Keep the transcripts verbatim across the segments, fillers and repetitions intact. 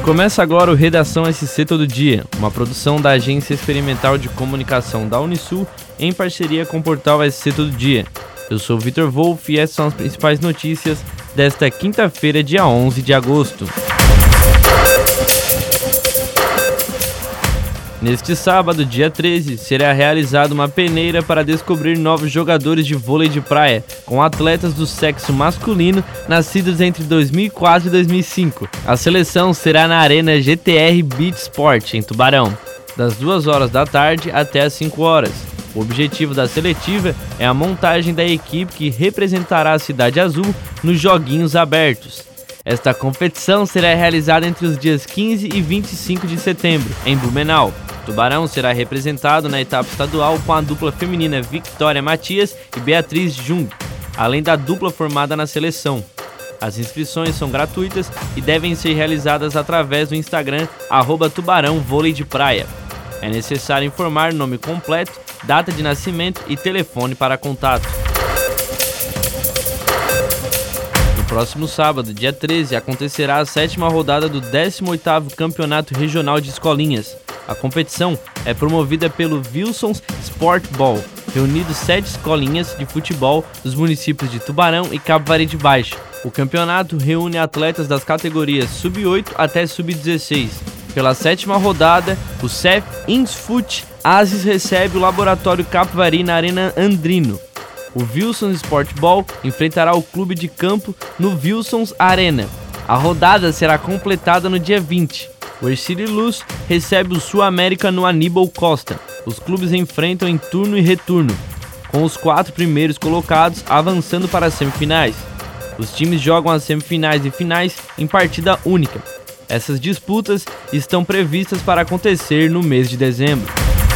Começa agora o Redação S C Todo Dia, uma produção da Agência Experimental de Comunicação da Unisul em parceria com o portal S C Todo Dia. Eu sou o Vitor Wolff e essas são as principais notícias desta quinta-feira, dia onze de agosto. Neste sábado, dia treze, será realizada uma peneira para descobrir novos jogadores de vôlei de praia, com atletas do sexo masculino nascidos entre dois mil e quatro e dois mil e cinco. A seleção será na Arena G T R Beach Sport, em Tubarão, das duas horas da tarde até as cinco horas. O objetivo da seletiva é a montagem da equipe que representará a Cidade Azul nos Joguinhos Abertos. Esta competição será realizada entre os dias quinze e vinte e cinco de setembro, em Blumenau. Tubarão será representado na etapa estadual com a dupla feminina Victoria Matias e Beatriz Jung, além da dupla formada na seleção. As inscrições são gratuitas e devem ser realizadas através do Instagram arroba Tubarão Vôlei de Praia. É necessário informar nome completo, data de nascimento e telefone para contato. No próximo sábado, dia treze, acontecerá a sétima rodada do décimo oitavo Campeonato Regional de Escolinhas. A competição é promovida pelo Wilson's Sport Ball, reunindo sete escolinhas de futebol dos municípios de Tubarão e Capivari de Baixo. O campeonato reúne atletas das categorias sub oito até sub dezesseis. Pela sétima rodada, o C E F Insfut Ases recebe o Laboratório Capivari na Arena Andrino. O Wilson's Sport Ball enfrentará o clube de campo no Wilson's Arena. A rodada será completada no dia vinte. O Ercílio Luz recebe o Sul América no Aníbal Costa. Os clubes enfrentam em turno e retorno, com os quatro primeiros colocados avançando para as semifinais. Os times jogam as semifinais e finais em partida única. Essas disputas estão previstas para acontecer no mês de dezembro.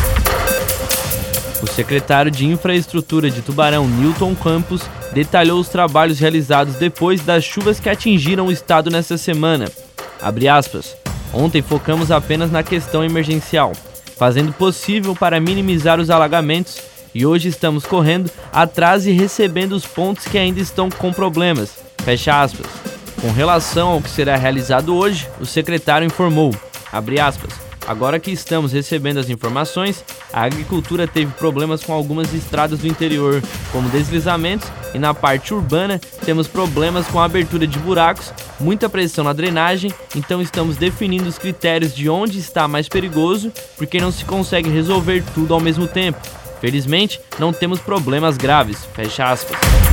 O secretário de Infraestrutura de Tubarão, Newton Campos, detalhou os trabalhos realizados depois das chuvas que atingiram o estado nesta semana. Abre aspas. Ontem focamos apenas na questão emergencial, fazendo o possível para minimizar os alagamentos, e hoje estamos correndo atrás e recebendo os pontos que ainda estão com problemas. Fecha aspas. Com relação ao que será realizado hoje, o secretário informou, abre aspas, agora que estamos recebendo as informações, a agricultura teve problemas com algumas estradas do interior, como deslizamentos, e na parte urbana temos problemas com a abertura de buracos, muita pressão na drenagem, então estamos definindo os critérios de onde está mais perigoso, porque não se consegue resolver tudo ao mesmo tempo. Felizmente, não temos problemas graves. Fecha aspas.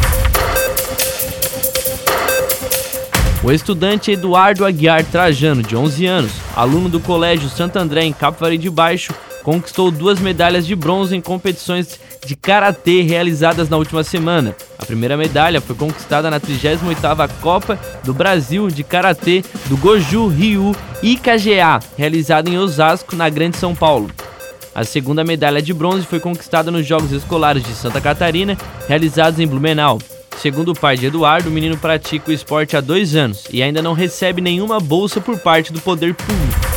O estudante Eduardo Aguiar Trajano, de onze anos, aluno do Colégio Santo André em Capivari de Baixo, conquistou duas medalhas de bronze em competições de karatê realizadas na última semana. A primeira medalha foi conquistada na trigésima oitava Copa do Brasil de Karatê do Goju Ryu I K G A, realizada em Osasco, na Grande São Paulo. A segunda medalha de bronze foi conquistada nos Jogos Escolares de Santa Catarina, realizados em Blumenau. Segundo o pai de Eduardo, o menino pratica o esporte há dois anos e ainda não recebe nenhuma bolsa por parte do poder público.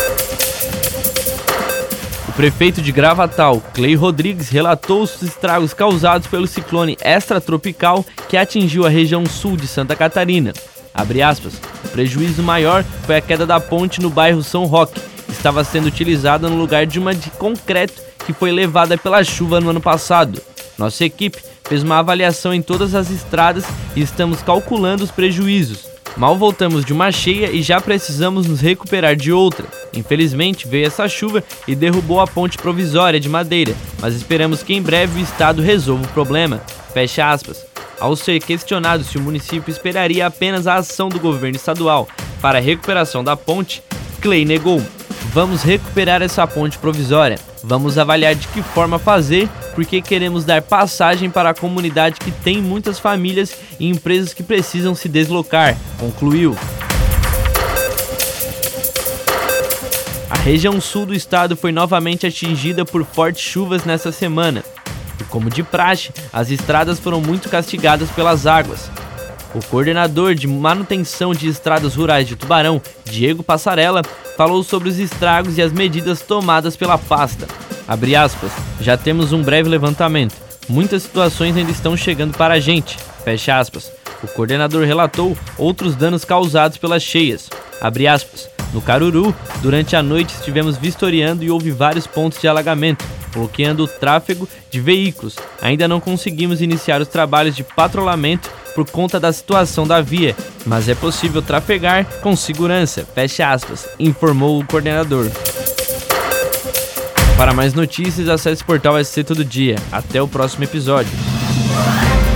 O prefeito de Gravatal, Clei Rodrigues, relatou os estragos causados pelo ciclone extratropical que atingiu a região sul de Santa Catarina. Abre aspas, o prejuízo maior foi a queda da ponte no bairro São Roque, que estava sendo utilizada no lugar de uma de concreto que foi levada pela chuva no ano passado. Nossa equipe fez uma avaliação em todas as estradas e estamos calculando os prejuízos. Mal voltamos de uma cheia e já precisamos nos recuperar de outra. Infelizmente veio essa chuva e derrubou a ponte provisória de madeira, mas esperamos que em breve o estado resolva o problema. Fecha aspas. Ao ser questionado se o município esperaria apenas a ação do governo estadual para a recuperação da ponte, Clay negou. Vamos recuperar essa ponte provisória. Vamos avaliar de que forma fazer, porque queremos dar passagem para a comunidade que tem muitas famílias e empresas que precisam se deslocar, concluiu. A região sul do estado foi novamente atingida por fortes chuvas nesta semana. E como de praxe, as estradas foram muito castigadas pelas águas. O coordenador de manutenção de estradas rurais de Tubarão, Diego Passarella, falou sobre os estragos e as medidas tomadas pela pasta. Abre aspas, já temos um breve levantamento. Muitas situações ainda estão chegando para a gente. Fecha aspas. O coordenador relatou outros danos causados pelas cheias. Abre aspas. No Caruru, durante a noite estivemos vistoriando e houve vários pontos de alagamento, bloqueando o tráfego de veículos. Ainda não conseguimos iniciar os trabalhos de patrulhamento por conta da situação da via, mas é possível trafegar com segurança, fecha aspas, informou o coordenador. Para mais notícias, acesse o portal S C Todo Dia. Até o próximo episódio.